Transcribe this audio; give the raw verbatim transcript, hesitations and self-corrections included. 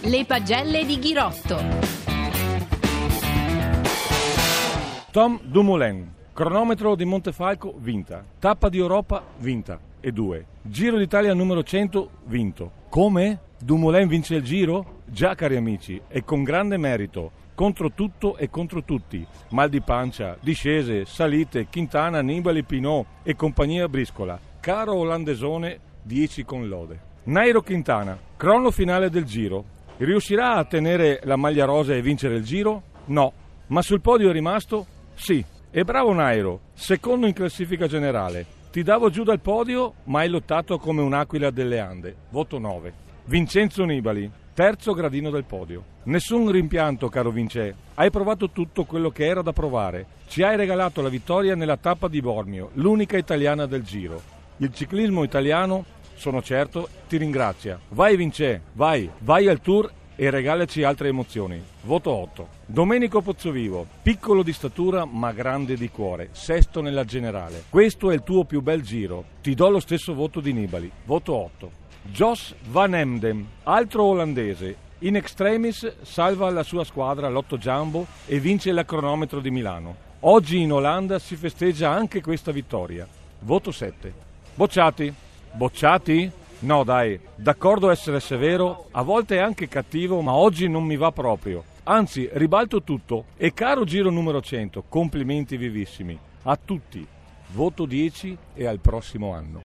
Le pagelle di Ghirotto. Tom Dumoulin, cronometro di Montefalco vinta, tappa di Europa vinta e due, Giro d'Italia numero cento vinto. Come? Dumoulin vince il Giro? Già, cari amici, e con grande merito, contro tutto e contro tutti, mal di pancia, discese, salite, Quintana, Nibali, Pinot e compagnia briscola, caro olandesone, dieci con lode. Nairo Quintana, crono finale del Giro, riuscirà a tenere la maglia rosa e vincere il Giro? No, ma sul podio è rimasto? Sì, e bravo Nairo, secondo in classifica generale. Ti davo giù dal podio, ma hai lottato come un'aquila delle Ande. Voto nove. Vincenzo Nibali, terzo gradino del podio. Nessun rimpianto, caro Vincè. Hai provato tutto quello che era da provare. Ci hai regalato la vittoria nella tappa di Bormio, l'unica italiana del Giro. Il ciclismo italiano, sono certo, ti ringrazia. Vai Vincè, vai, vai al Tour e regalaci altre emozioni. Voto otto. Domenico Pozzovivo, piccolo di statura ma grande di cuore, sesto nella generale. Questo è il tuo più bel Giro. Ti do lo stesso voto di Nibali. Voto otto. Jos van Emden, altro olandese. In extremis salva la sua squadra Lotto Jumbo e vince la cronometro di Milano. Oggi in Olanda si festeggia anche questa vittoria. Voto sette. Bocciati. Bocciati? No dai, d'accordo essere severo, a volte è anche cattivo, ma oggi non mi va proprio. Anzi, ribalto tutto. E caro Giro numero cento, complimenti vivissimi. A tutti. Voto dieci e al prossimo anno.